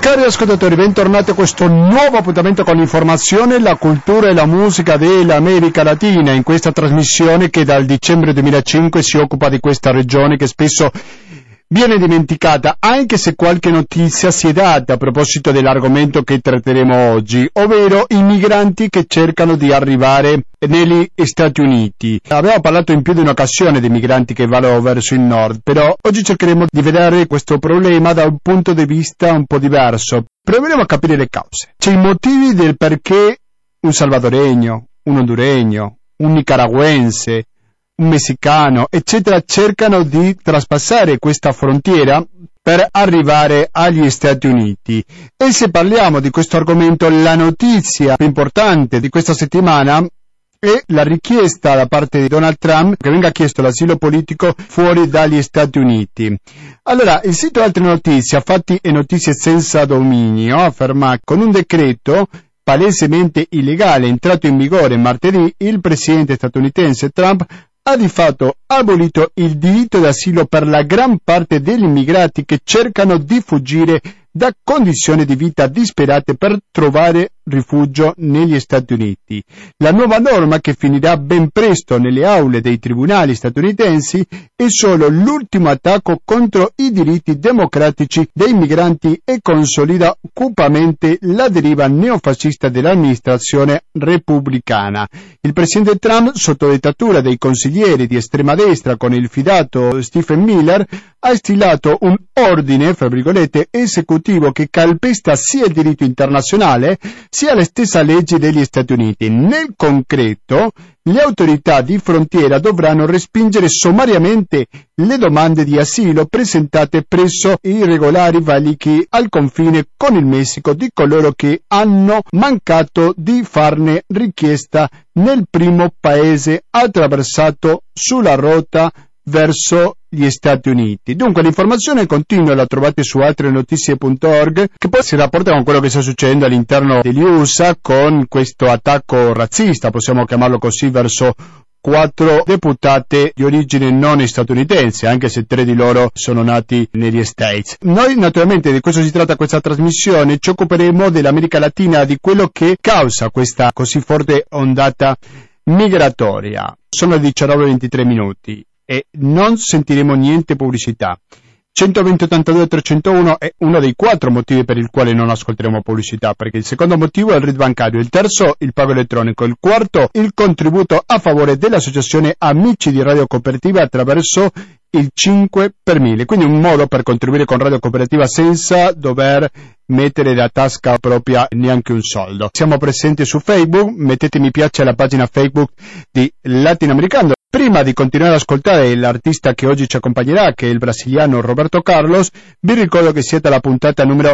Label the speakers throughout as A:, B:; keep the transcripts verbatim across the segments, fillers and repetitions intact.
A: Cari ascoltatori, bentornati a questo nuovo appuntamento con l'informazione, la cultura e la musica dell'America Latina, in questa trasmissione che dal dicembre duemilacinque si occupa di questa regione che spesso viene dimenticata, anche se qualche notizia si è data a proposito dell'argomento che tratteremo oggi, ovvero i migranti che cercano di arrivare negli Stati Uniti. Abbiamo parlato in più di un'occasione dei migranti che vanno verso il nord, però oggi cercheremo di vedere questo problema da un punto di vista un po' diverso. Proveremo a capire le cause. C'è i motivi del perché un salvadoregno, un honduregno, un nicaragüense, un messicano, eccetera, cercano di traspassare questa frontiera per arrivare agli Stati Uniti. E se parliamo di questo argomento, la notizia più importante di questa settimana è la richiesta da parte di Donald Trump che venga chiesto l'asilo politico fuori dagli Stati Uniti. Allora, il sito Altre Notizie, Fatti e Notizie Senza Dominio, afferma che con un decreto palesemente illegale entrato in vigore martedì, il presidente statunitense Trump ha di fatto abolito il diritto d'asilo per la gran parte degli immigrati che cercano di fuggire da condizioni di vita disperate per trovare rifugio negli Stati Uniti. La nuova norma, che finirà ben presto nelle aule dei tribunali statunitensi, è solo l'ultimo attacco contro i diritti democratici dei migranti e consolida cupamente la deriva neofascista dell'amministrazione repubblicana. Il presidente Trump, sotto dettatura dei consiglieri di estrema destra con il fidato Stephen Miller, ha stilato un ordine, fra virgolette, esecutivo che calpesta sia il diritto internazionale sia le stesse leggi degli Stati Uniti. Nel concreto, le autorità di frontiera dovranno respingere sommariamente le domande di asilo presentate presso i regolari valichi al confine con il Messico di coloro che hanno mancato di farne richiesta nel primo paese attraversato sulla rotta verso gli Stati Uniti. Dunque l'informazione continua, la trovate su altre notizie punto org, che poi si rapporta con quello che sta succedendo all'interno degli U S A con questo attacco razzista, possiamo chiamarlo così, verso quattro deputate di origine non statunitense, anche se tre di loro sono nati negli States. Noi naturalmente di questo si tratta questa trasmissione, ci occuperemo dell'America Latina, di quello che causa questa così forte ondata migratoria. Sono le diciannove e ventitré minuti. E non sentiremo niente pubblicità. centoventi ottantadue trecentouno è uno dei quattro motivi per il quale non ascolteremo pubblicità, perché il secondo motivo è il R I D bancario, il terzo il pago elettronico, il quarto il contributo a favore dell'associazione Amici di Radio Cooperativa attraverso il cinque per mille, quindi un modo per contribuire con Radio Cooperativa senza dover mettere da tasca propria neanche un soldo. Siamo presenti su Facebook, mettete mi piace alla pagina Facebook di Latinoamericano. Prima di continuare ad ascoltare l'artista che oggi ci accompagnerà, che è il brasiliano Roberto Carlos, vi ricordo che siete alla puntata numero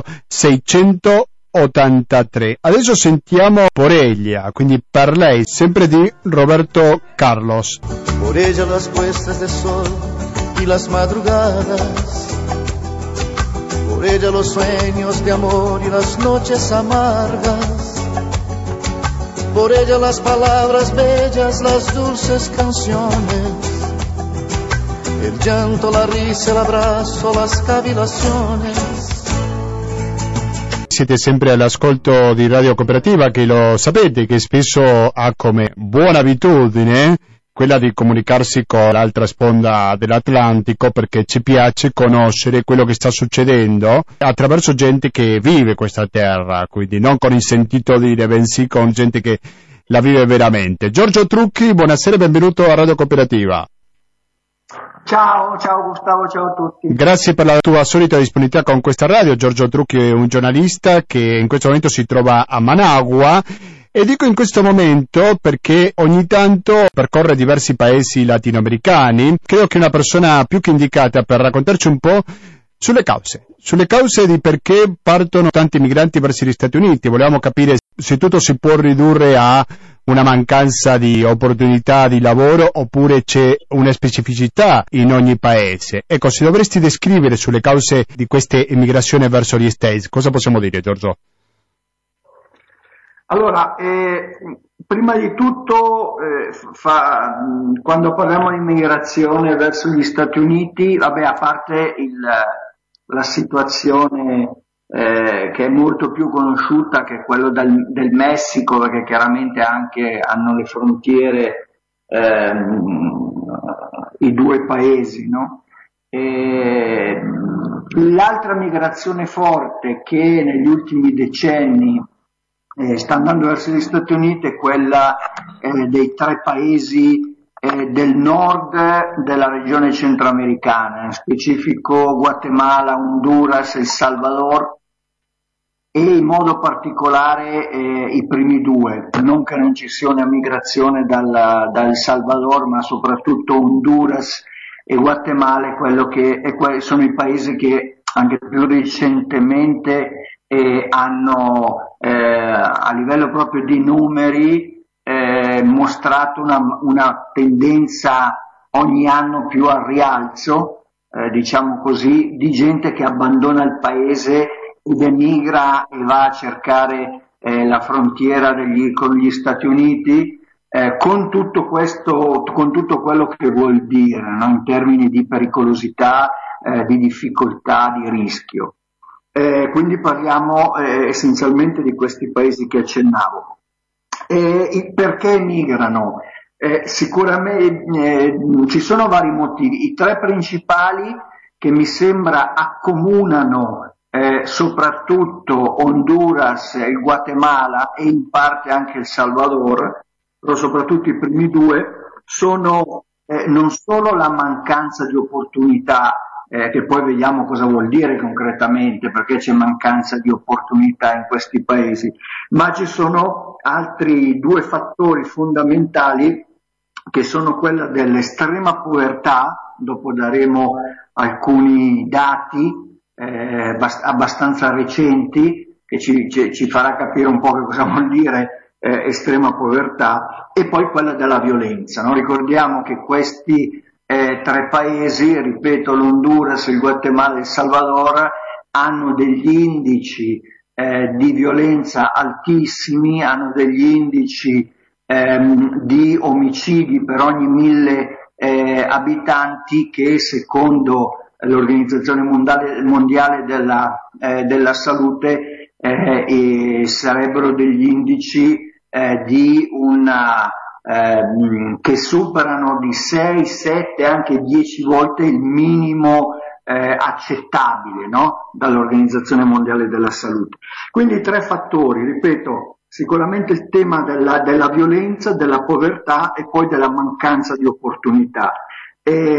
A: seicentottantatré. Adesso sentiamo Porella, quindi Per lei, sempre di Roberto Carlos.
B: Por ella las puestas de sol y las madrugadas, por ella los sueños de amor y las noches amargas, por ella las palabras bellas, las dulces canciones, el llanto, la risa, el abrazo, las cavilaciones.
A: Siete sempre all'ascolto di Radio Cooperativa, che lo sapete che spesso ha come buona abitudine quella di comunicarsi con l'altra sponda dell'Atlantico, perché ci piace conoscere quello che sta succedendo attraverso gente che vive questa terra, quindi non con il sentito dire, bensì con gente che la vive veramente. Giorgio Trucchi, buonasera e benvenuto a Radio Cooperativa.
C: Ciao, ciao Gustavo, ciao a tutti.
A: Grazie per la tua solita disponibilità con questa radio. Giorgio Trucchi è un giornalista che in questo momento si trova a Managua. E dico in questo momento perché ogni tanto percorre diversi paesi latinoamericani. Credo che una persona più che indicata per raccontarci un po' sulle cause, sulle cause di perché partono tanti migranti verso gli Stati Uniti. Volevamo capire se tutto si può ridurre a una mancanza di opportunità di lavoro oppure c'è una specificità in ogni paese. Ecco, se dovresti descrivere sulle cause di queste immigrazioni verso gli States, cosa possiamo dire, Giorgio?
C: Allora, eh, prima di tutto, eh, fa, quando parliamo di immigrazione verso gli Stati Uniti, vabbè, a parte il, la situazione eh, che è molto più conosciuta, che è quello del, del Messico, perché chiaramente anche hanno le frontiere ehm, i due paesi, no? E l'altra migrazione forte che negli ultimi decenni eh, sta andando verso gli Stati Uniti è quella eh, dei tre paesi eh, del nord della regione centroamericana, in specifico Guatemala, Honduras e El Salvador, e in modo particolare eh, i primi due, non che non ci sia una migrazione dal, dal Salvador, ma soprattutto Honduras e Guatemala, quello che, e quelli sono i paesi che anche più recentemente eh, hanno eh, a livello proprio di numeri eh, mostrato una, una tendenza ogni anno più al rialzo, eh, diciamo così, di gente che abbandona il paese ed emigra e va a cercare eh, la frontiera degli, con gli Stati Uniti, eh, con tutto questo, con tutto quello che vuol dire, no? In termini di pericolosità, eh, di difficoltà, di rischio. Eh, quindi parliamo eh, essenzialmente di questi paesi che accennavo. Eh, perché emigrano? Eh, sicuramente eh, ci sono vari motivi. I tre principali che mi sembra accomunano Eh, soprattutto Honduras, il Guatemala e in parte anche il Salvador, però soprattutto i primi due, sono eh, non solo la mancanza di opportunità, eh, che poi vediamo cosa vuol dire concretamente, perché c'è mancanza di opportunità in questi paesi, ma ci sono altri due fattori fondamentali, che sono quella dell'estrema povertà. Dopo daremo alcuni dati Eh, abbastanza recenti che ci, ci, ci farà capire un po' che cosa vuol dire eh, estrema povertà, e poi quella della violenza, no? Ricordiamo che questi eh, tre paesi, ripeto, l'Honduras, il Guatemala e il Salvador, hanno degli indici eh, di violenza altissimi, hanno degli indici ehm, di omicidi per ogni mille eh, abitanti che, secondo l'Organizzazione Mondiale, mondiale della, eh, della Salute, eh, e sarebbero degli indici eh, di una, eh, che superano di sei, sette, anche dieci volte il minimo eh, accettabile, no? Dall'Organizzazione Mondiale della Salute. Quindi tre fattori, ripeto, sicuramente il tema della, della violenza, della povertà e poi della mancanza di opportunità. E,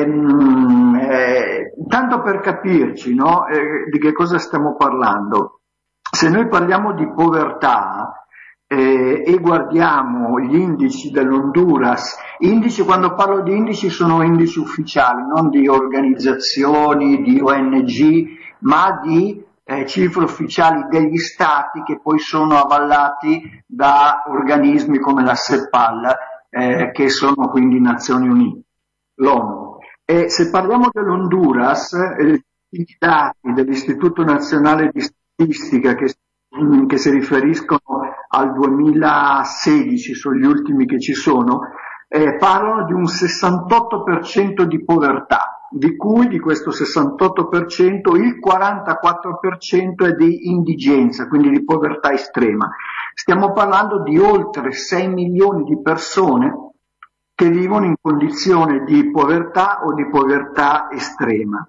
C: eh, tanto per capirci, no, eh, di che cosa stiamo parlando, se noi parliamo di povertà eh, e guardiamo gli indici dell'Honduras, indici, quando parlo di indici sono indici ufficiali, non di organizzazioni, di O N G, ma di eh, cifre ufficiali degli stati, che poi sono avallati da organismi come la CEPAL, eh, che sono quindi Nazioni Unite, l'ONU. E se parliamo dell'Honduras, eh, i dati dell'Istituto Nazionale di Statistica che, che si riferiscono al duemilasedici, sono gli ultimi che ci sono, eh, parlano di un sessantotto per cento di povertà, di cui di questo sessantotto per cento il quarantaquattro per cento è di indigenza, quindi di povertà estrema. Stiamo parlando di oltre sei milioni di persone che vivono in condizione di povertà o di povertà estrema.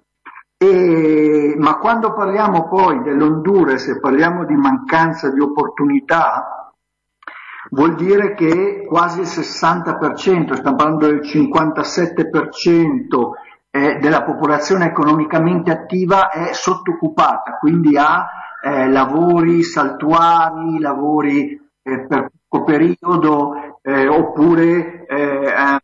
C: E, ma quando parliamo poi dell'Honduras e parliamo di mancanza di opportunità, vuol dire che quasi il sessanta per cento, stiamo parlando del cinquantasette per cento eh, della popolazione economicamente attiva è sottoccupata, quindi ha eh, lavori saltuari, lavori eh, per poco periodo, Eh, oppure eh, a,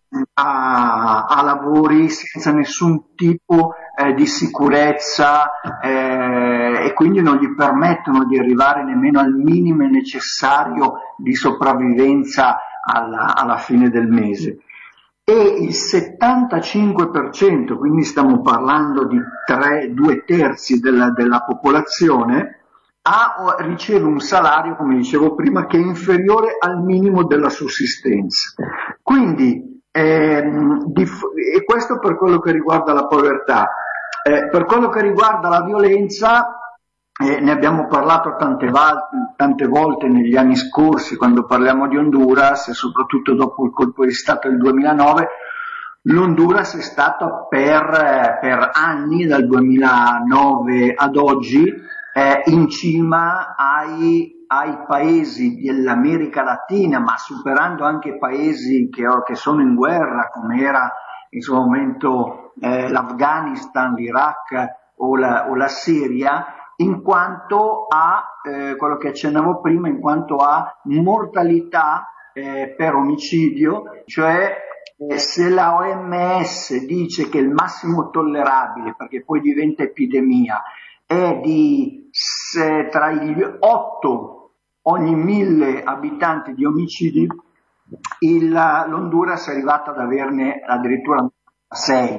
C: a lavori senza nessun tipo eh, di sicurezza eh, e quindi non gli permettono di arrivare nemmeno al minimo necessario di sopravvivenza alla, alla fine del mese. E il settantacinque per cento, quindi stiamo parlando di tre, due terzi della, della popolazione, ha, riceve un salario, come dicevo prima, che è inferiore al minimo della sussistenza. Quindi, ehm, di, e questo per quello che riguarda la povertà. Eh, per quello che riguarda la violenza, eh, ne abbiamo parlato tante, val- tante volte negli anni scorsi quando parliamo di Honduras e soprattutto dopo il colpo di Stato del duemilanove. L'Honduras è stato per, per anni, dal duemilanove ad oggi, eh, in cima ai, ai paesi dell'America Latina, ma superando anche paesi che, che sono in guerra, come era in suo momento eh, l'Afghanistan, l'Iraq o la, o la Siria, in quanto a, eh, quello che accennavo prima, in quanto a mortalità eh, per omicidio, cioè se la O M S dice che il massimo tollerabile, perché poi diventa epidemia, è di se, tra gli otto ogni mille abitanti di omicidi, il, l'Honduras è arrivata ad averne addirittura sei,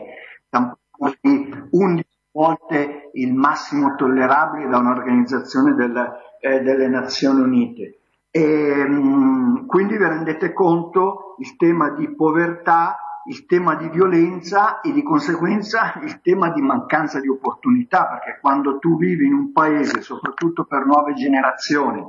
C: di undici volte il massimo tollerabile da un'organizzazione del, eh, delle Nazioni Unite. E, mh, quindi vi rendete conto il tema di povertà, il tema di violenza e di conseguenza il tema di mancanza di opportunità, perché quando tu vivi in un paese, soprattutto per nuove generazioni,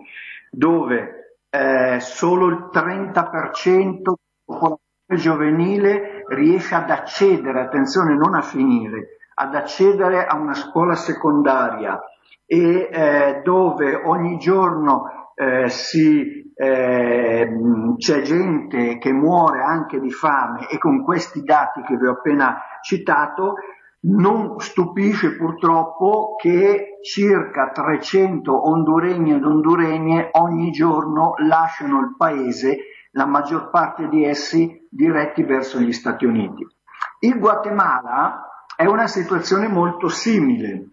C: dove eh, solo il trenta per cento della popolazione giovanile riesce ad accedere, attenzione, non a finire, ad accedere a una scuola secondaria e eh, dove ogni giorno Eh, si, eh, c'è gente che muore anche di fame, e con questi dati che vi ho appena citato non stupisce purtroppo che circa trecento honduregni ed honduregne ogni giorno lasciano il paese, la maggior parte di essi diretti verso gli Stati Uniti. Il Guatemala è una situazione molto simile,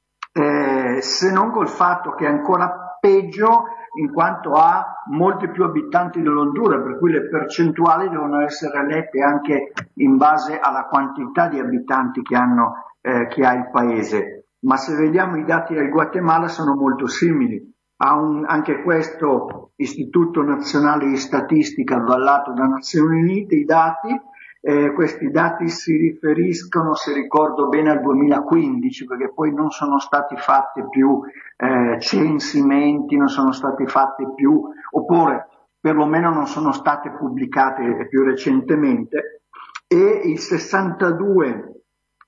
C: eh, se non col fatto che è ancora peggio in quanto ha molti più abitanti dell'Honduras, per cui le percentuali devono essere lette anche in base alla quantità di abitanti che hanno, eh, che ha il paese. Ma se vediamo i dati del Guatemala sono molto simili. Ha un, anche questo Istituto Nazionale di Statistica avallato da Nazioni Unite, i dati, eh, questi dati si riferiscono, se ricordo bene, al duemilaquindici, perché poi non sono stati fatti più eh, censimenti, non sono stati fatti più, oppure perlomeno non sono state pubblicate più recentemente, e il sessantadue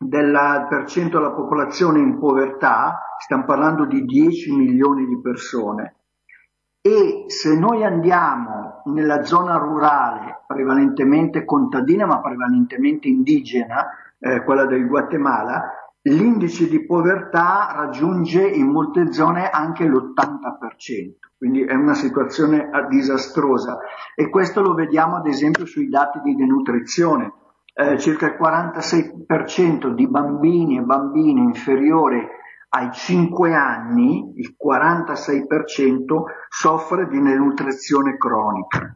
C: per cento della popolazione in povertà, stiamo parlando di dieci milioni di persone. E se noi andiamo nella zona rurale, prevalentemente contadina ma prevalentemente indigena, eh, quella del Guatemala, l'indice di povertà raggiunge in molte zone anche l'ottanta per cento, quindi è una situazione disastrosa, e questo lo vediamo ad esempio sui dati di denutrizione. Eh, circa il quarantasei per cento di bambini e bambine inferiori ai cinque anni, il quarantasei per cento soffre di denutrizione cronica,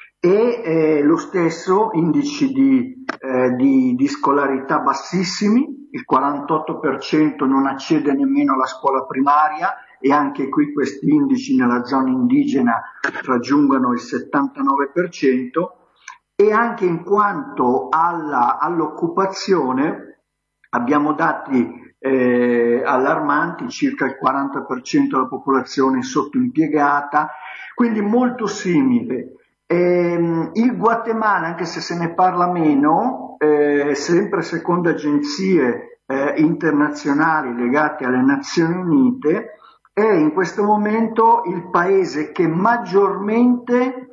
C: e eh, lo stesso indici di, eh, di, di scolarità bassissimi, il quarantotto per cento non accede nemmeno alla scuola primaria, e anche qui questi indici nella zona indigena raggiungono il settantanove per cento, e anche in quanto alla, all'occupazione abbiamo dati Eh, allarmanti, circa il quaranta per cento della popolazione sottoimpiegata, quindi molto simile. Eh, il Guatemala, anche se se ne parla meno, eh, sempre secondo agenzie eh, internazionali legate alle Nazioni Unite, è in questo momento il paese che maggiormente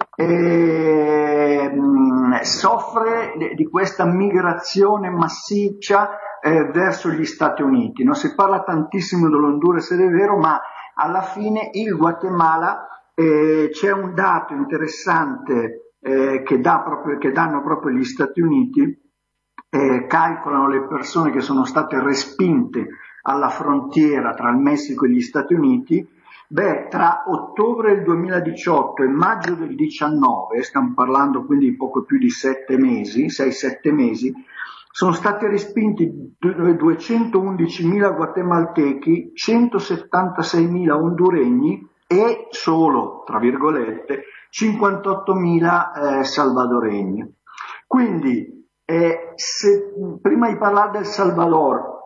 C: eh, soffre di questa migrazione massiccia Eh, verso gli Stati Uniti. Non si parla tantissimo dell'Honduras, ed è vero, ma alla fine il Guatemala, eh, c'è un dato interessante eh, che, dà proprio, che danno proprio gli Stati Uniti, eh, calcolano le persone che sono state respinte alla frontiera tra il Messico e gli Stati Uniti. Beh, tra ottobre del duemiladiciotto e maggio del diciannove, stiamo parlando quindi di poco più di sette mesi, sei sette mesi, sono stati respinti duecentoundicimila guatemaltechi, centosettantaseimila honduregni e solo, tra virgolette, cinquantottomila eh, salvadoregni. Quindi, eh, se, prima di parlare del Salvador,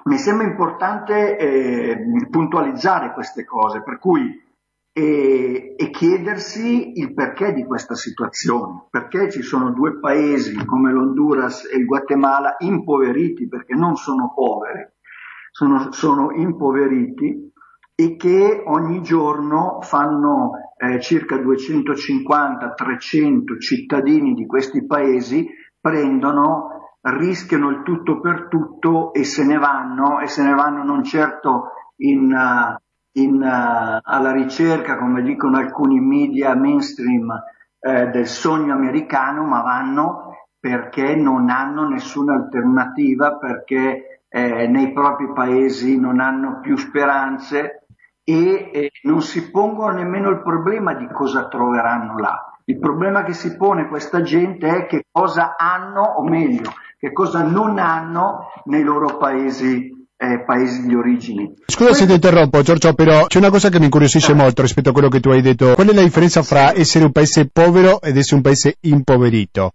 C: mi sembra importante eh, puntualizzare queste cose, per cui e, e chiedersi il perché di questa situazione, perché ci sono due paesi come l'Honduras e il Guatemala impoveriti, perché non sono poveri, sono, sono impoveriti, e che ogni giorno fanno eh, circa duecentocinquanta trecento cittadini di questi paesi, prendono, rischiano il tutto per tutto e se ne vanno, e se ne vanno non certo in, uh, in, uh, alla ricerca, come dicono alcuni media mainstream, eh, del sogno americano, ma vanno perché non hanno nessuna alternativa, perché eh, nei propri paesi non hanno più speranze, e eh, non si pongono nemmeno il problema di cosa troveranno là. Il problema che si pone questa gente è che cosa hanno, o meglio, che cosa non hanno nei loro paesi, eh, paesi di origine.
A: Scusa se ti interrompo, Giorgio, però c'è una cosa che mi incuriosisce ah. molto rispetto a quello che tu hai detto. Qual è la differenza fra essere un paese povero ed essere un paese impoverito?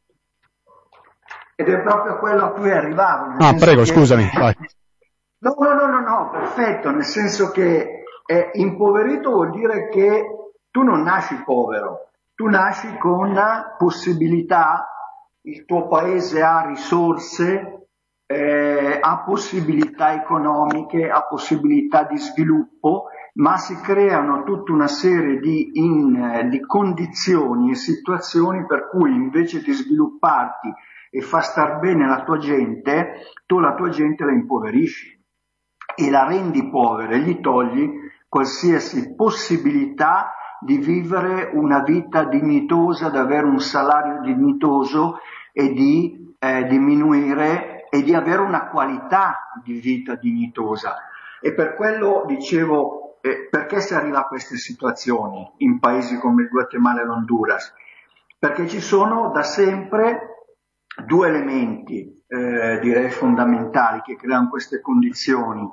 C: Ed è proprio quello a cui arrivavo.
A: Ah, prego,
C: che...
A: scusami. Vai.
C: No, no, no, no, no, perfetto, nel senso che eh, impoverito vuol dire che tu non nasci povero, tu nasci con possibilità, il tuo paese ha risorse, eh, ha possibilità economiche, ha possibilità di sviluppo, ma si creano tutta una serie di, in, di condizioni e situazioni per cui invece di svilupparti e far star bene la tua gente, tu la tua gente la impoverisci e la rendi povera e gli togli qualsiasi possibilità di vivere una vita dignitosa, di avere un salario dignitoso e di eh, diminuire e di avere una qualità di vita dignitosa. E per quello dicevo, eh, perché si arriva a queste situazioni in paesi come il Guatemala e l'Honduras? Perché ci sono da sempre due elementi, eh, direi fondamentali, che creano queste condizioni.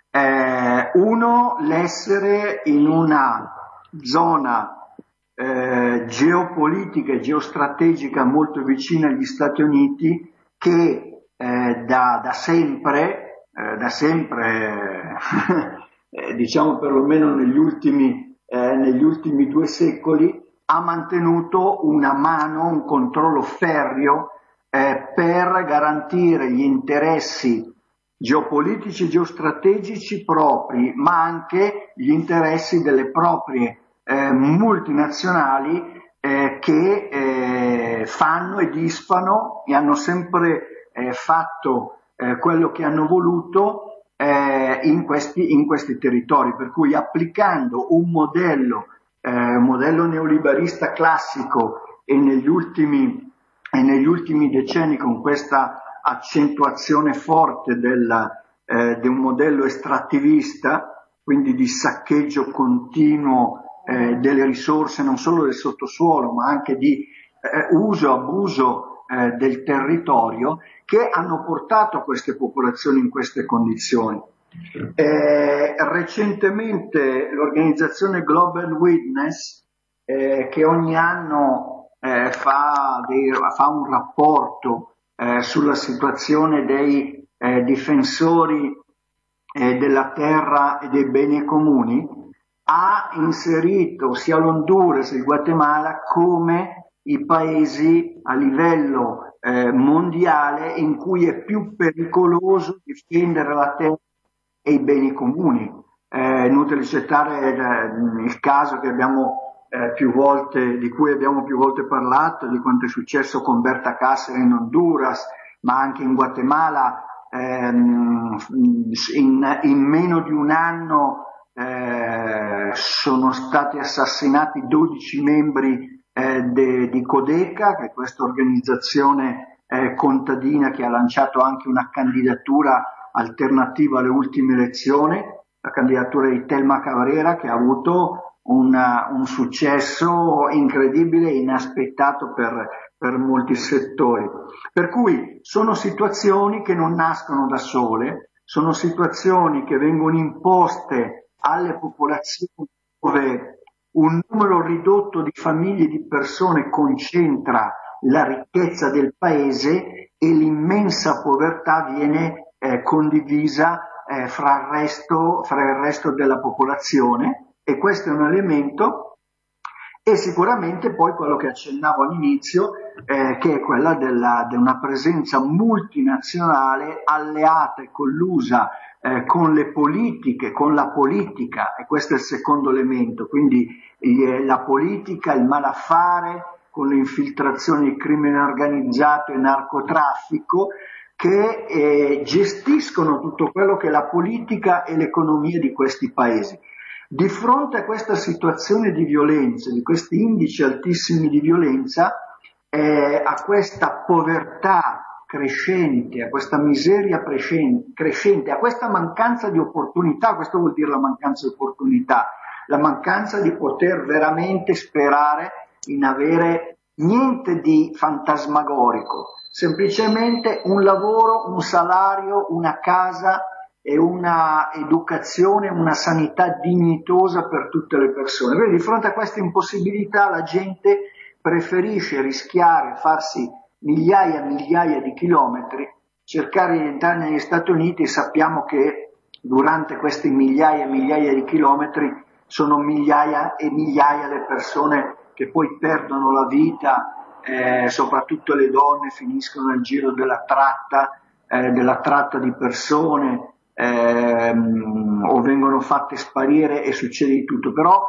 C: Eh, uno, l'essere in una zona eh, geopolitica e geostrategica molto vicina agli Stati Uniti, che eh, da, da sempre, eh, da sempre eh, diciamo perlomeno negli ultimi, eh, negli ultimi due secoli, ha mantenuto una mano, un controllo ferreo eh, per garantire gli interessi geopolitici e geostrategici propri, ma anche gli interessi delle proprie eh, multinazionali eh, che eh, fanno e disfano e hanno sempre eh, fatto eh, quello che hanno voluto eh, in questi, in questi territori, per cui applicando un modello, eh, un modello neoliberista classico e negli ultimi, e negli ultimi decenni con questa accentuazione forte del, eh, di un modello estrattivista, quindi di saccheggio continuo eh, delle risorse non solo del sottosuolo ma anche di eh, uso, abuso eh, del territorio, che hanno portato queste popolazioni in queste condizioni. Eh, recentemente l'organizzazione Global Witness, eh, che ogni anno eh, fa, dei, fa un rapporto Eh, sulla situazione dei eh, difensori eh, della terra e dei beni comuni, ha inserito sia l'Honduras e il Guatemala come i paesi a livello eh, mondiale in cui è più pericoloso difendere la terra e i beni comuni. È inutile citare il, il caso che abbiamo Eh, più volte, di cui abbiamo più volte parlato, di quanto è successo con Berta Cáceres in Honduras, ma anche in Guatemala. Ehm, in, in meno di un anno eh, sono stati assassinati dodici membri eh, de, di Codeca, che è questa organizzazione eh, contadina che ha lanciato anche una candidatura alternativa alle ultime elezioni, la candidatura di Telma Cabrera, che ha avuto Una, un successo incredibile e inaspettato per, per molti settori. Per cui sono situazioni che non nascono da sole, sono situazioni che vengono imposte alle popolazioni dove un numero ridotto di famiglie e di persone concentra la ricchezza del paese e l'immensa povertà viene eh, condivisa eh, fra il resto, fra il resto della popolazione, e questo è un elemento. E sicuramente poi quello che accennavo all'inizio, eh, che è quella della, di una presenza multinazionale alleata e collusa eh, con le politiche, con la politica, e questo è il secondo elemento, quindi eh, la politica, il malaffare, con le infiltrazioni di crimine organizzato e narcotraffico, che eh, gestiscono tutto quello che è la politica e l'economia di questi paesi. Di fronte a questa situazione di violenza, di questi indici altissimi di violenza, eh, a questa povertà crescente, a questa miseria crescente, a questa mancanza di opportunità, questo vuol dire la mancanza di opportunità, la mancanza di poter veramente sperare in avere niente di fantasmagorico, semplicemente un lavoro, un salario, una casa e una educazione, una sanità dignitosa per tutte le persone. Quindi di fronte a questa impossibilità la gente preferisce rischiare, farsi migliaia e migliaia di chilometri, cercare di entrare negli Stati Uniti, e sappiamo che durante questi migliaia e migliaia di chilometri sono migliaia e migliaia le persone che poi perdono la vita, eh, soprattutto le donne finiscono nel giro della tratta, eh, della tratta di persone, Ehm, o vengono fatte sparire, e succede di tutto. Però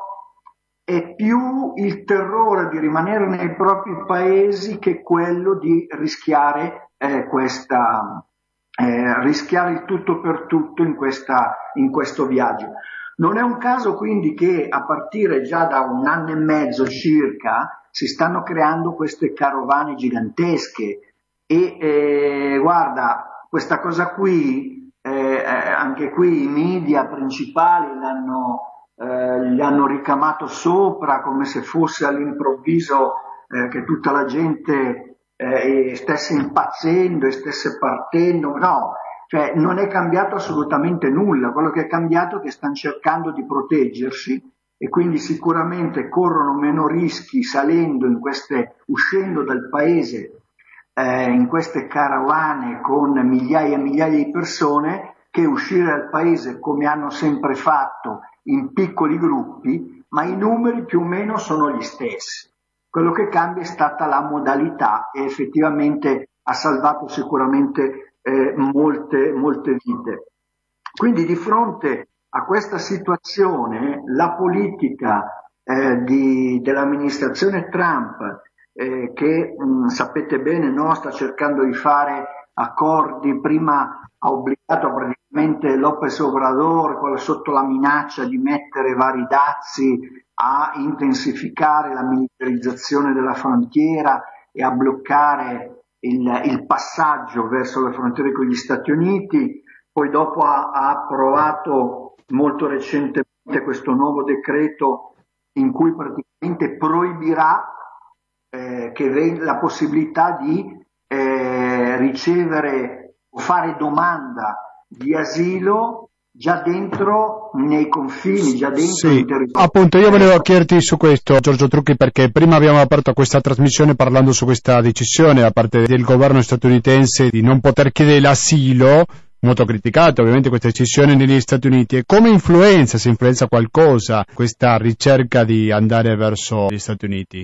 C: è più il terrore di rimanere nei propri paesi che quello di rischiare eh, questa eh, rischiare il tutto per tutto in, questa, in questo viaggio. Non è un caso quindi che a partire già da un anno e mezzo circa si stanno creando queste carovane gigantesche, e eh, guarda, questa cosa qui Eh, anche qui i media principali l'hanno, eh, gli hanno ricamato sopra come se fosse all'improvviso eh, che tutta la gente eh, stesse impazzendo e stesse partendo. No, cioè non è cambiato assolutamente nulla. Quello che è cambiato è che stanno cercando di proteggersi, e quindi sicuramente corrono meno rischi salendo in queste, uscendo dal paese Eh, in queste carovane con migliaia e migliaia di persone, che uscire dal paese come hanno sempre fatto in piccoli gruppi, ma i numeri più o meno sono gli stessi. Quello che cambia è stata la modalità, e effettivamente ha salvato sicuramente eh, molte, molte vite. Quindi di fronte a questa situazione la politica eh, di, dell'amministrazione Trump, Eh, che mh, sapete bene, no, sta cercando di fare accordi. Prima ha obbligato praticamente López Obrador, sotto la minaccia di mettere vari dazi, a intensificare la militarizzazione della frontiera e a bloccare il, il passaggio verso le frontiere con gli Stati Uniti. Poi dopo ha, ha approvato molto recentemente questo nuovo decreto in cui praticamente proibirà Eh, che la possibilità di eh, ricevere o fare domanda di asilo già dentro nei confini, già dentro
A: sì,
C: il territorio.
A: Appunto, io volevo chiederti su questo, Giorgio Trucchi, perché prima abbiamo aperto questa trasmissione parlando su questa decisione da parte del governo statunitense di non poter chiedere l'asilo, molto criticato ovviamente questa decisione negli Stati Uniti. E come influenza, se influenza qualcosa, questa ricerca di andare verso gli Stati Uniti?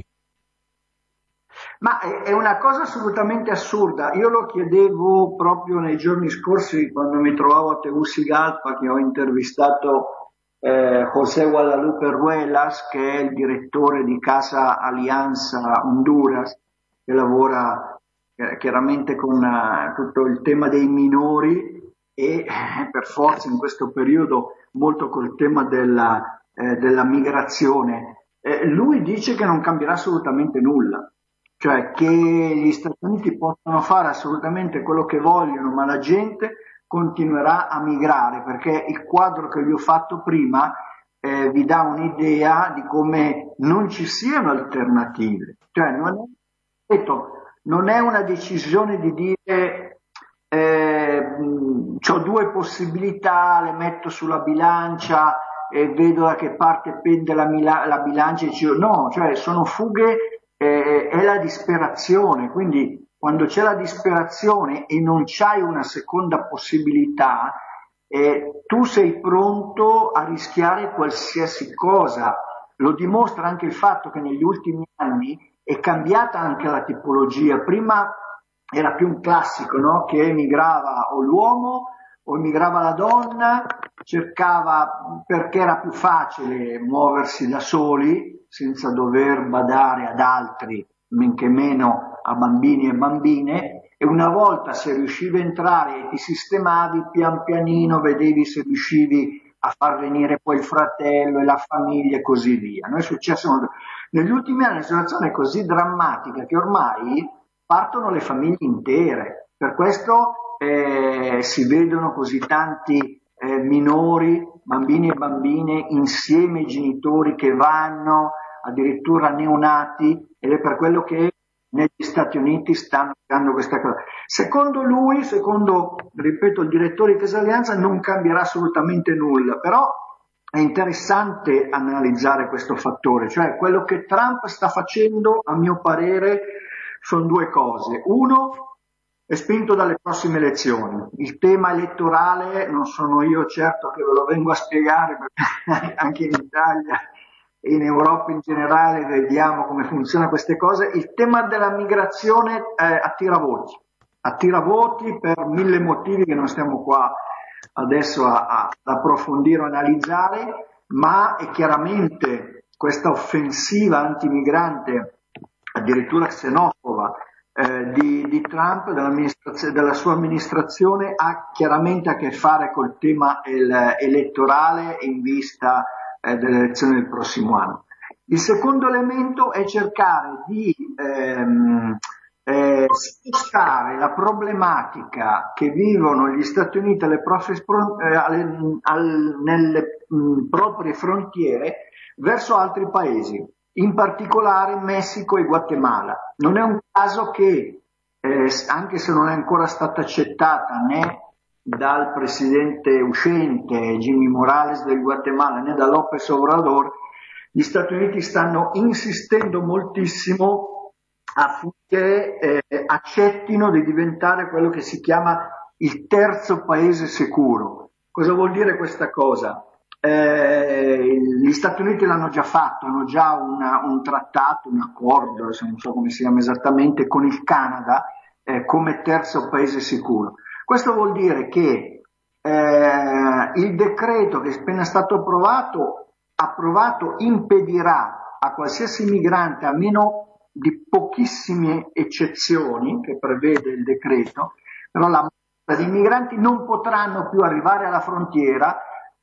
C: Ma è una cosa assolutamente assurda. Io lo chiedevo proprio nei giorni scorsi quando mi trovavo a Tegucigalpa, che ho intervistato eh, José Guadalupe Ruelas, che è il direttore di Casa Alianza Honduras, che lavora eh, chiaramente con uh, tutto il tema dei minori e eh, per forza in questo periodo molto col tema della, eh, della migrazione. Eh, lui dice che non cambierà assolutamente nulla. Cioè che gli Stati Uniti possono fare assolutamente quello che vogliono, ma la gente continuerà a migrare, perché il quadro che vi ho fatto prima eh, vi dà un'idea di come non ci siano alternative. Cioè non è, ripeto, non è una decisione di dire eh, ho due possibilità, le metto sulla bilancia e vedo da che parte pende la, mila- la bilancia e dico no, cioè sono fughe. È la disperazione, quindi quando c'è la disperazione e non c'hai una seconda possibilità, eh, tu sei pronto a rischiare qualsiasi cosa. Lo dimostra anche il fatto che negli ultimi anni è cambiata anche la tipologia. Prima era più un classico, no? Che emigrava o l'uomo o emigrava la donna, cercava, perché era più facile muoversi da soli senza dover badare ad altri, men che meno a bambini e bambine, e una volta se riuscivi a entrare e ti sistemavi, pian pianino vedevi se riuscivi a far venire poi il fratello e la famiglia e così via. No? È successo molto. Negli ultimi anni la situazione è così drammatica che ormai partono le famiglie intere, per questo eh, si vedono così tanti eh, minori, bambini e bambine insieme ai genitori che vanno, addirittura neonati, ed è per quello che negli Stati Uniti stanno creando questa cosa. Secondo lui, secondo, ripeto, il direttore di Chiesa Alleanza, non cambierà assolutamente nulla, però è interessante analizzare questo fattore, cioè quello che Trump sta facendo, a mio parere, sono due cose. Uno, è spinto dalle prossime elezioni. Il tema elettorale non sono io certo che ve lo vengo a spiegare, perché anche in Italia e in Europa in generale vediamo come funzionano queste cose. Il tema della migrazione eh, attira voti, attira voti per mille motivi che non stiamo qua adesso a, a, ad approfondire o analizzare, ma è chiaramente questa offensiva antimigrante, addirittura xenofoba, eh, di, di Trump, dell'amministrazione, della sua amministrazione, ha chiaramente a che fare col tema el, elettorale in vista eh, delle elezioni del prossimo anno. Il secondo elemento è cercare di ehm, eh, spostare la problematica che vivono gli Stati Uniti alle proprie, eh, alle, al, nelle mh, proprie frontiere verso altri paesi, in particolare Messico e Guatemala. Non è un caso che, eh, anche se non è ancora stata accettata né dal presidente uscente Jimmy Morales del Guatemala né da López Obrador, gli Stati Uniti stanno insistendo moltissimo affinché eh, accettino di diventare quello che si chiama il terzo paese sicuro. Cosa vuol dire questa cosa? Eh, gli Stati Uniti l'hanno già fatto, hanno già una, un trattato, un accordo, adesso non so come si chiama esattamente, con il Canada eh, come terzo paese sicuro. Questo vuol dire che eh, il decreto che è appena stato approvato, approvato impedirà a qualsiasi migrante, a meno di pochissime eccezioni che prevede il decreto, però la massa di migranti non potranno più arrivare alla frontiera,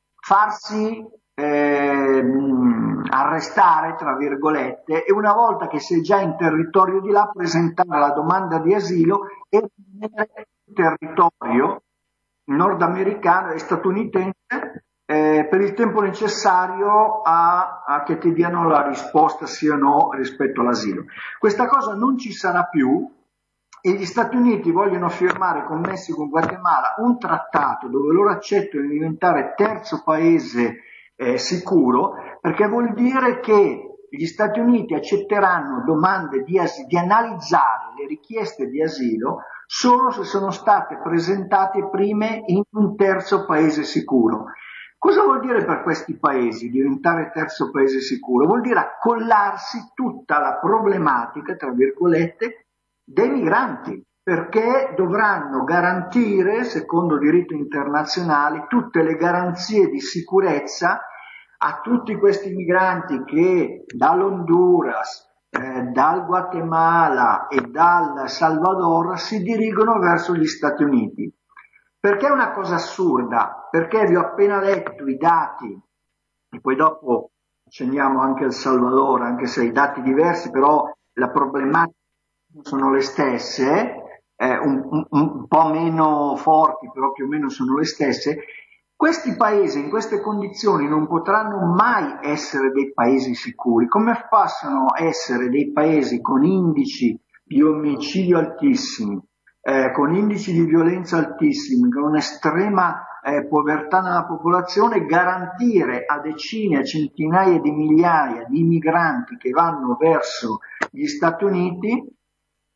C: farsi eh, arrestare, tra virgolette, e una volta che sei già in territorio di là presentare la domanda di asilo e rimanere in territorio nordamericano e statunitense eh, per il tempo necessario a, a che ti diano la risposta sì o no rispetto all'asilo. Questa cosa non ci sarà più e gli Stati Uniti vogliono firmare con Messico e Guatemala un trattato dove loro accettano di diventare terzo paese eh, sicuro, perché vuol dire che gli Stati Uniti accetteranno domande di, as- di analizzare le richieste di asilo solo se sono state presentate prime in un terzo paese sicuro. Cosa vuol dire per questi paesi diventare terzo paese sicuro? Vuol dire accollarsi tutta la problematica, tra virgolette, dei migranti, perché dovranno garantire, secondo diritto internazionale, tutte le garanzie di sicurezza a tutti questi migranti che dall'Honduras, eh, dal Guatemala e dal Salvador si dirigono verso gli Stati Uniti. Perché è una cosa assurda? Perché vi ho appena letto i dati, e poi dopo accenniamo anche al Salvador, anche se i dati diversi, però la problematica sono le stesse, eh, un, un, un po' meno forti, però più o meno sono le stesse. Questi paesi in queste condizioni non potranno mai essere dei paesi sicuri. Come possono essere dei paesi con indici di omicidio altissimi, eh, con indici di violenza altissimi, con un'estrema eh, povertà nella popolazione, garantire a decine, a centinaia di migliaia di migranti che vanno verso gli Stati Uniti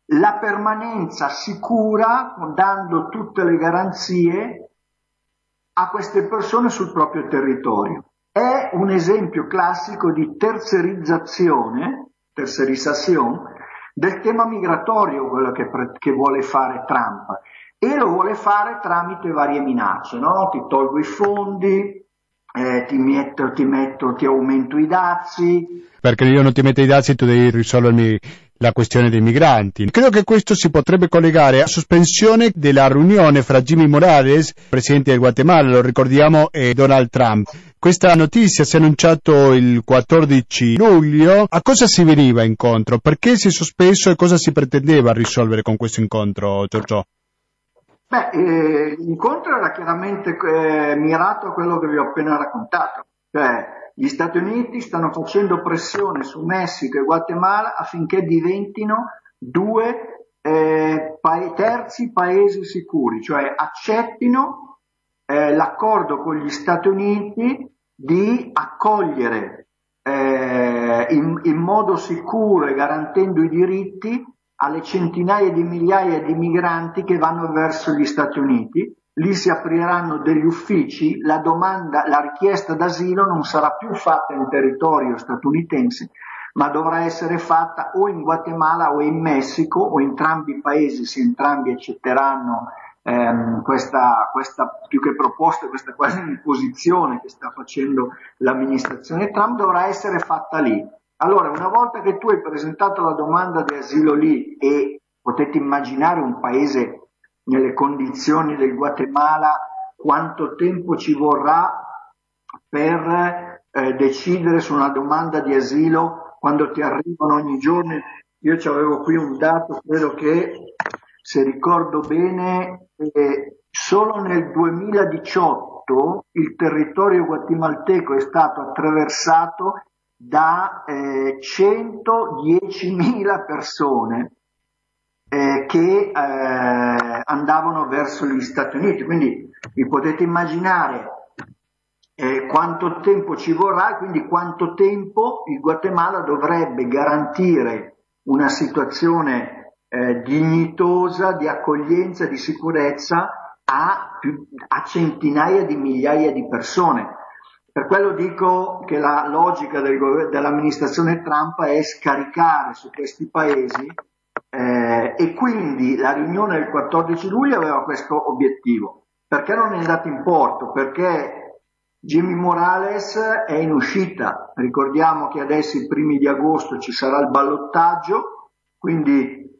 C: la permanenza sicura, dando tutte le garanzie a queste persone sul proprio territorio. È un esempio classico di terzerizzazione, tercerizzazione, del tema migratorio, quello che, che vuole fare Trump, e lo vuole fare tramite varie minacce, no? Ti tolgo i fondi, eh, ti metto, ti metto, ti aumento i dazi.
A: Perché io non ti metto i dazi, tu devi risolvermi la questione dei migranti. Credo che questo si potrebbe collegare a sospensione della riunione fra Jimmy Morales, presidente del Guatemala, lo ricordiamo, e Donald Trump. Questa notizia si è annunciato il quattordici luglio. A cosa si veniva incontro? Perché si è sospeso e cosa si pretendeva risolvere con questo incontro, Giorgio?
C: Beh, eh, l'incontro era chiaramente eh, mirato a quello che vi ho appena raccontato, cioè gli Stati Uniti stanno facendo pressione su Messico e Guatemala affinché diventino due eh, pa- terzi paesi sicuri, cioè accettino eh, l'accordo con gli Stati Uniti di accogliere eh, in, in modo sicuro e garantendo i diritti alle centinaia di migliaia di migranti che vanno verso gli Stati Uniti. Lì si apriranno degli uffici, la domanda, la richiesta d'asilo non sarà più fatta in territorio statunitense, ma dovrà essere fatta o in Guatemala o in Messico, o entrambi i paesi, se entrambi accetteranno ehm, questa, questa più che proposta, questa quasi imposizione che sta facendo l'amministrazione Trump, dovrà essere fatta lì. Allora, una volta che tu hai presentato la domanda di asilo lì, e potete immaginare un paese nelle condizioni del Guatemala, quanto tempo ci vorrà per eh, decidere su una domanda di asilo quando ti arrivano ogni giorno. Io ci avevo qui un dato, credo che, se ricordo bene, eh, solo nel duemiladiciotto il territorio guatemalteco è stato attraversato da eh, centodiecimila persone eh, che eh, andavano verso gli Stati Uniti, quindi vi potete immaginare eh, quanto tempo ci vorrà, quindi quanto tempo il Guatemala dovrebbe garantire una situazione eh, dignitosa, di accoglienza, di sicurezza a, a centinaia di migliaia di persone. Per quello dico che la logica del governo, dell'amministrazione Trump è scaricare su questi paesi eh, e quindi la riunione del quattordici luglio aveva questo obiettivo. Perché non è andato in porto? Perché Jimmy Morales è in uscita. Ricordiamo che adesso i primi di agosto ci sarà il ballottaggio, quindi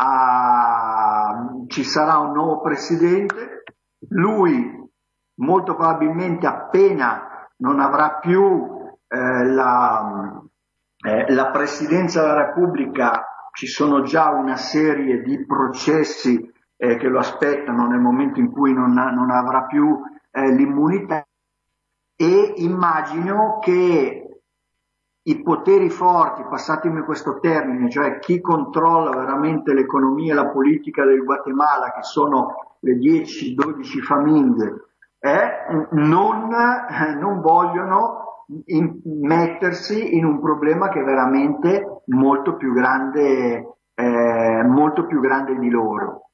C: ah, ci sarà un nuovo presidente. Lui molto probabilmente appena non avrà più eh, la, eh, la presidenza della Repubblica, ci sono già una serie di processi eh, che lo aspettano nel momento in cui non, non avrà più eh, l'immunità, e immagino che i poteri forti, passatemi questo termine, cioè chi controlla veramente l'economia e la politica del Guatemala, che sono le dieci dodici famiglie, Eh, non, eh, non vogliono in, mettersi in un problema che è veramente molto più grande, eh, molto più grande di loro.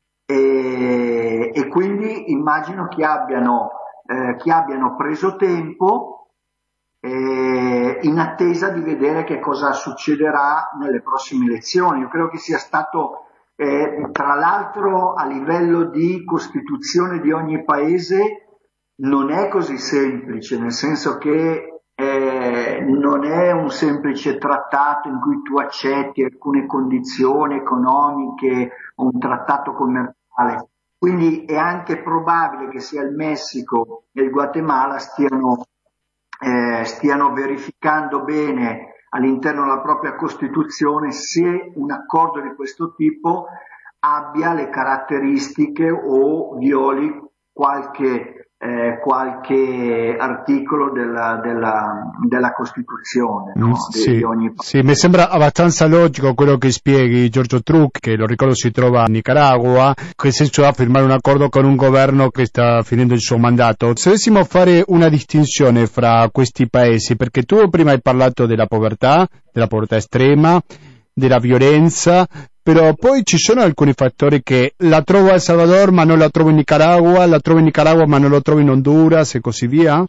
C: E, e quindi immagino che abbiano, eh, che abbiano preso tempo eh, in attesa di vedere che cosa succederà nelle prossime elezioni. Io credo che sia stato Eh, tra l'altro, a livello di costituzione di ogni paese non è così semplice, nel senso che eh, non è un semplice trattato in cui tu accetti alcune condizioni economiche o un trattato commerciale. Quindi è anche probabile che sia il Messico e il Guatemala stiano, eh, stiano verificando bene all'interno della propria Costituzione se un accordo di questo tipo abbia le caratteristiche o violi qualche, eh, qualche articolo della, della, della Costituzione, no?
A: Sì,
C: di ogni...
A: sì, mi sembra abbastanza logico quello che spieghi, Giorgio Truc, che lo ricordo si trova in Nicaragua, che senso ha firmare un accordo con un governo che sta finendo il suo mandato. Se dovessimo fare una distinzione fra questi paesi, perché tu prima hai parlato della povertà, della povertà estrema, della violenza, Però poi ci sono alcuni fattori che la trovo a El Salvador ma non la trovo in Nicaragua, la trovo in Nicaragua ma non la trovo in Honduras e così via?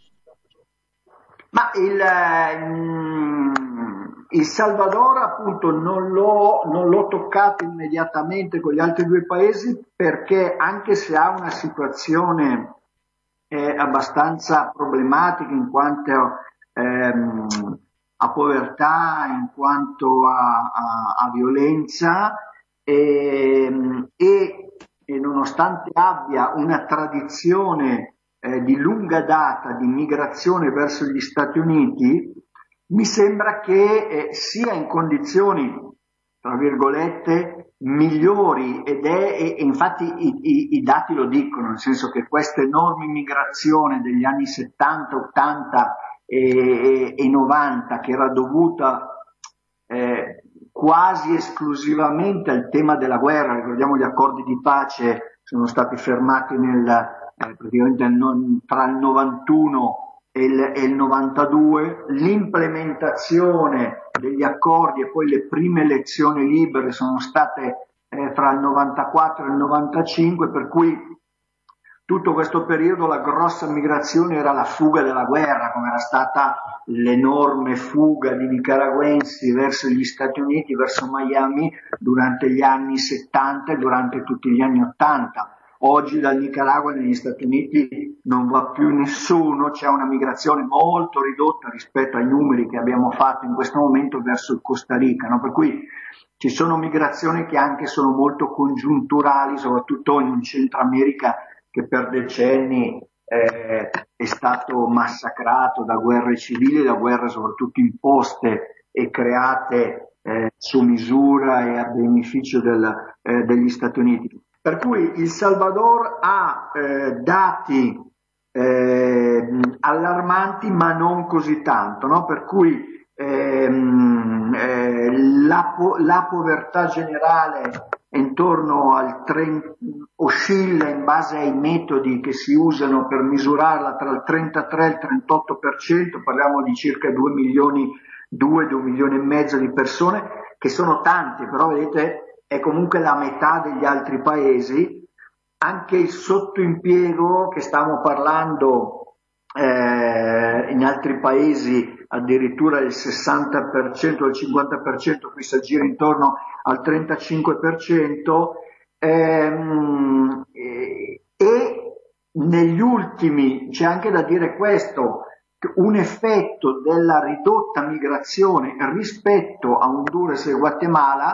C: Ma il, mm, il Salvador appunto non l'ho, non l'ho toccato immediatamente con gli altri due paesi, perché anche se ha una situazione eh, abbastanza problematica in quanto ehm, a povertà, in quanto a, a, a violenza, ehm, e, e nonostante abbia una tradizione eh, di lunga data di migrazione verso gli Stati Uniti, mi sembra che eh, sia in condizioni, tra virgolette, migliori, ed è, e, e infatti i, i, i dati lo dicono, nel senso che questa enorme migrazione degli anni settanta, ottanta e, e, e novanta, che era dovuta eh, quasi esclusivamente al tema della guerra, ricordiamo gli accordi di pace sono stati fermati nel, eh, praticamente non, tra il novantuno e il, e il novantadue, l'implementazione degli accordi e poi le prime elezioni libere sono state eh, fra il novantaquattro e il novantacinque, per cui tutto questo periodo la grossa migrazione era la fuga dalla guerra, come era stata l'enorme fuga di nicaragüensi verso gli Stati Uniti, verso Miami durante gli anni settanta e durante tutti gli anni ottanta. Oggi dal Nicaragua negli Stati Uniti non va più nessuno, c'è una migrazione molto ridotta rispetto ai numeri che abbiamo fatto in questo momento verso il Costa Rica, no? Per cui ci sono migrazioni che anche sono molto congiunturali, soprattutto in un Centro America che per decenni eh, è stato massacrato da guerre civili, da guerre soprattutto imposte e create eh, su misura e a beneficio del, eh, degli Stati Uniti. Per cui il Salvador ha eh, dati eh, allarmanti, ma non così tanto, no? Per cui ehm, eh, la, po- la povertà generale intorno al trenta, oscilla in base ai metodi che si usano per misurarla tra il trentatré e il trentotto per cento, parliamo di circa due milioni, due, due milioni e mezzo di persone, che sono tanti, però vedete è comunque la metà degli altri paesi. Anche il sottoimpiego, che stiamo parlando eh, in altri paesi addirittura il sessanta per cento o il cinquanta per cento, qui si aggira intorno al trentacinque per cento, ehm, e, e negli ultimi, c'è anche da dire questo, un effetto della ridotta migrazione rispetto a Honduras e Guatemala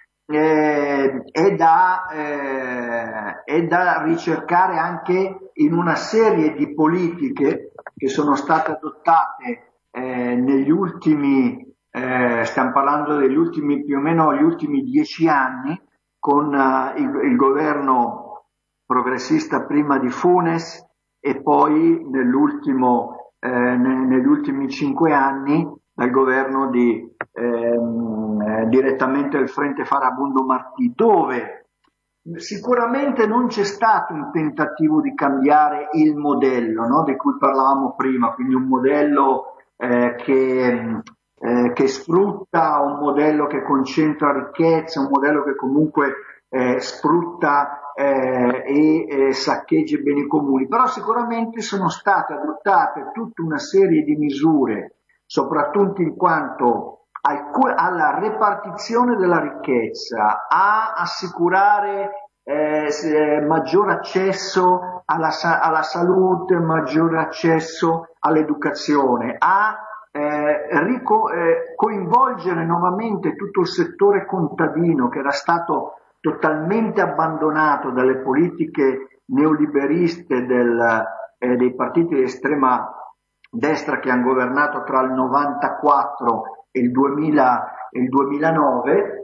C: eh, è, da, eh, è da ricercare anche in una serie di politiche che sono state adottate Eh, negli ultimi, eh, stiamo parlando degli ultimi più o meno gli ultimi dieci anni, con uh, il, il governo progressista prima di Funes e poi nell'ultimo, eh, ne, negli ultimi cinque anni dal governo di ehm, eh, direttamente il Frente Farabundo Martí, dove sicuramente non c'è stato un tentativo di cambiare il modello, no, di cui parlavamo prima, quindi un modello Eh, che, eh, che sfrutta, un modello che concentra ricchezza, un modello che comunque eh, sfrutta eh, e eh, saccheggia i beni comuni, però sicuramente sono state adottate tutta una serie di misure, soprattutto in quanto al, alla repartizione della ricchezza, a assicurare eh, maggior accesso alla, alla salute, maggior accesso all'educazione, a eh, rico, eh, coinvolgere nuovamente tutto il settore contadino che era stato totalmente abbandonato dalle politiche neoliberiste del, eh, dei partiti di estrema destra che hanno governato tra il novantaquattro e il, duemila, e il duemilanove,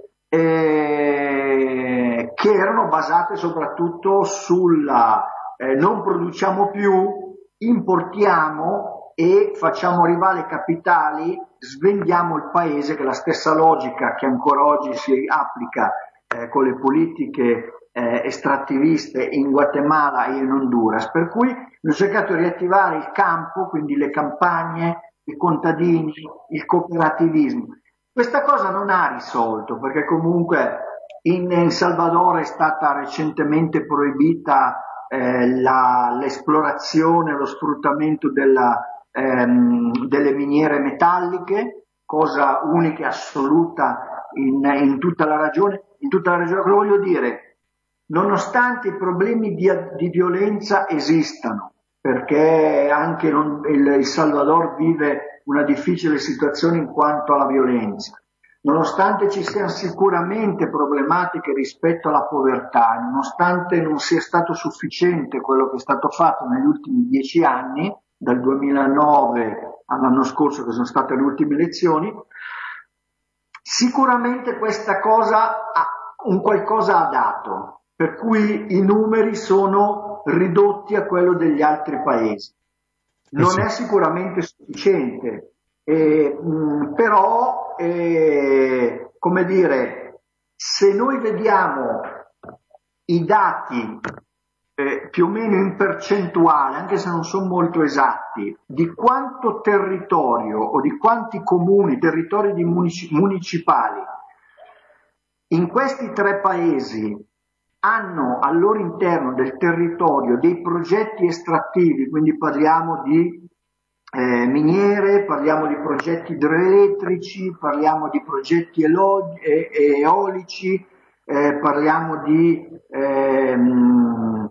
C: eh, che erano basate soprattutto sulla eh, non produciamo più, importiamo e facciamo arrivare capitali, svendiamo il paese, che è la stessa logica che ancora oggi si applica eh, con le politiche eh, estrattiviste in Guatemala e in Honduras, per cui hanno cercato di riattivare il campo, quindi le campagne, i contadini, il cooperativismo. Questa cosa non ha risolto, perché comunque in, in Salvador è stata recentemente proibita eh, la, l'esplorazione, lo sfruttamento della, ehm, delle miniere metalliche, cosa unica e assoluta in, in tutta la regione. In tutta la regione, cosa voglio dire? Nonostante i problemi di, di violenza esistano, perché anche non, il, il Salvador vive una difficile situazione in quanto alla violenza, nonostante ci siano sicuramente problematiche rispetto alla povertà, nonostante non sia stato sufficiente quello che è stato fatto negli ultimi dieci anni, dal duemilanove all'anno scorso che sono state le ultime elezioni, sicuramente questa cosa ha, un qualcosa ha dato, per cui i numeri sono ridotti a quello degli altri paesi. Non sì. È sicuramente sufficiente, eh, mh, però, eh, come dire, se noi vediamo i dati eh, più o meno in percentuale, anche se non sono molto esatti, di quanto territorio o di quanti comuni, territori di munici- municipali in questi tre paesi hanno al loro interno del territorio dei progetti estrattivi, quindi parliamo di eh, miniere, parliamo di progetti idroelettrici, parliamo di progetti elo- e- eolici, eh, parliamo di ehm,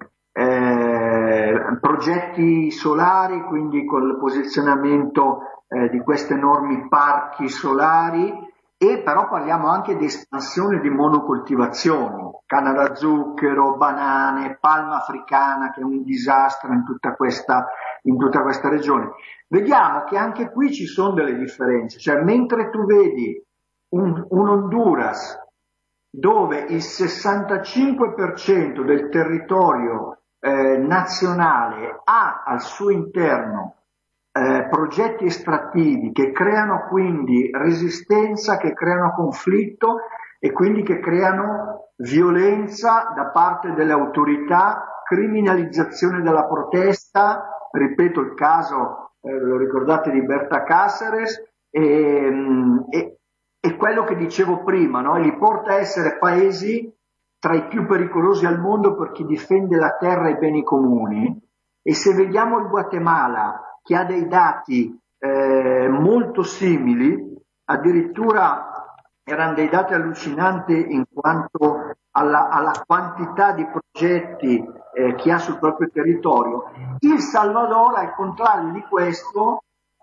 C: eh, progetti solari, quindi con il posizionamento eh, di questi enormi parchi solari. E però parliamo anche di espansione di monocoltivazioni, canna da zucchero, banane, palma africana, che è un disastro in tutta questa, in tutta questa regione. Vediamo che anche qui ci sono delle differenze, cioè mentre tu vedi un, un Honduras dove il sessantacinque per cento del territorio eh, nazionale ha al suo interno Eh, progetti estrattivi che creano quindi resistenza, che creano conflitto e quindi che creano violenza da parte delle autorità, criminalizzazione della protesta, ripeto il caso, eh, lo ricordate, di Berta Cáceres, e, e, e quello che dicevo prima, no? Li porta a essere paesi tra i più pericolosi al mondo per chi difende la terra e i beni comuni. E se vediamo il Guatemala, che ha dei dati eh, molto simili, addirittura erano dei dati allucinanti in quanto alla, alla quantità di progetti eh, che ha sul proprio territorio. Il Salvador, al contrario di questo,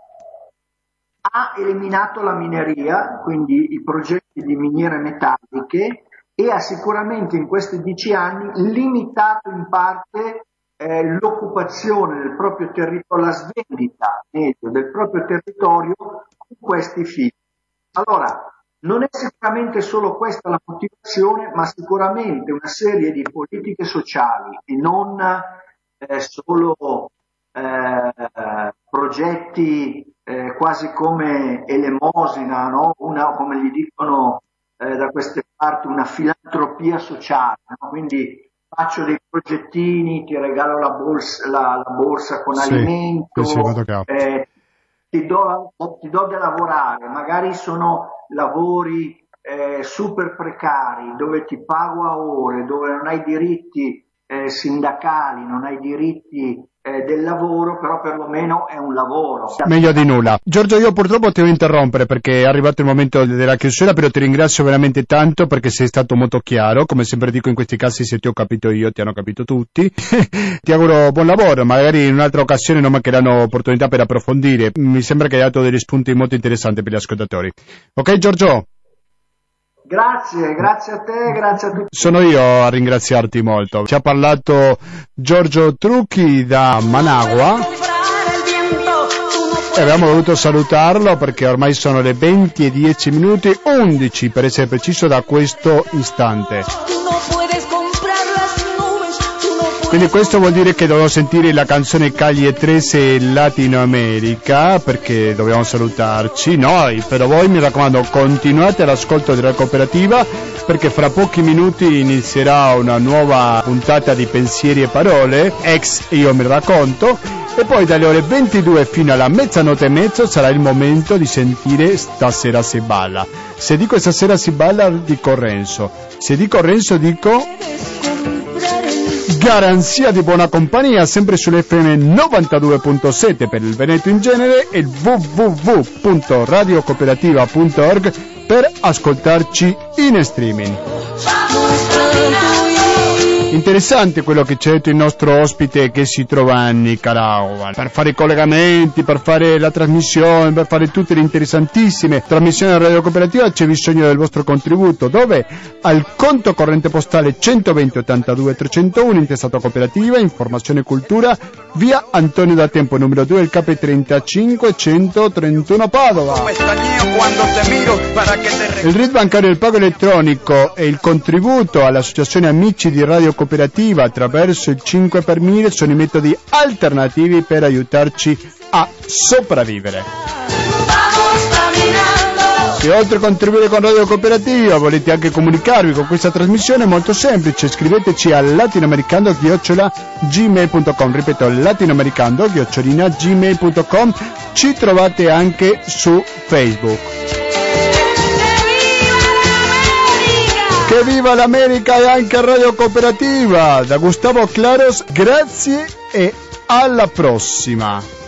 C: ha eliminato la mineria, quindi i progetti di miniere metalliche, e ha sicuramente in questi dieci anni limitato in parte Eh, l'occupazione del proprio territorio, la svendita meglio del proprio territorio con questi figli. Allora, non è sicuramente solo questa la motivazione, ma sicuramente una serie di politiche sociali e non eh, solo eh, progetti eh, quasi come elemosina, no? Una, come gli dicono eh, da queste parti, una filantropia sociale, no? Quindi faccio dei progettini, ti regalo la borsa, la, la borsa con sì, alimento, sì, eh, ti, do, ti do da lavorare, magari sono lavori eh, super precari, dove ti pago a ore, dove non hai diritti eh, sindacali, non hai diritti eh, del lavoro, però perlomeno è un lavoro.
A: Meglio di nulla. Giorgio, io purtroppo ti devo interrompere perché è arrivato il momento della chiusura, però ti ringrazio veramente tanto perché sei stato molto chiaro. Come sempre dico in questi casi, se ti ho capito io, ti hanno capito tutti. Ti auguro buon lavoro, magari in un'altra occasione non mancheranno opportunità per approfondire. Mi sembra che hai dato degli spunti molto interessanti per gli ascoltatori. Ok Giorgio?
C: Grazie, grazie a te, grazie a tutti.
A: Sono io a ringraziarti molto. Ci ha parlato Giorgio Trucchi da Managua e abbiamo voluto salutarlo perché ormai sono le venti e dieci minuti, undici per essere preciso da questo istante. Quindi questo vuol dire che dovevo sentire la canzone Calle tredici Latino America, perché dobbiamo salutarci. Noi, però voi mi raccomando, continuate all'ascolto della cooperativa, perché fra pochi minuti inizierà una nuova puntata di Pensieri e Parole, ex Io mi racconto, e poi dalle ore ventidue fino alla mezzanotte e mezzo sarà il momento di sentire Stasera si balla. Se dico stasera si balla dico Renzo, se dico Renzo dico garanzia di buona compagnia, sempre sull'F M novantadue virgola sette per il Veneto in genere e il w w w punto radio cooperativa punto org per ascoltarci in streaming. Interessante quello che ci ha detto il nostro ospite che si trova a Nicaragua, per fare i collegamenti, per fare la trasmissione, per fare tutte le interessantissime trasmissioni della radio cooperativa c'è bisogno del vostro contributo, dove al conto corrente postale centoventi ottantadue trecentouno, intestato cooperativa, informazione e cultura, via Antonio da Tempo numero due, il K trentacinque centotrentuno Padova. Il R I D bancario, il pago elettronico e il contributo all'associazione Amici di Radio Cooperativa attraverso il cinque per mille sono i metodi alternativi per aiutarci a sopravvivere. Se oltre a contribuire con Radio Cooperativa volete anche comunicarvi con questa trasmissione, è molto semplice, scriveteci a latinoamericando chiocciola gmail punto com, ripeto latinoamericando chiocciola gmail punto com, ci trovate anche su Facebook. Che viva l'America e anche Radio Cooperativa! Da Gustavo Claros, grazie e alla prossima!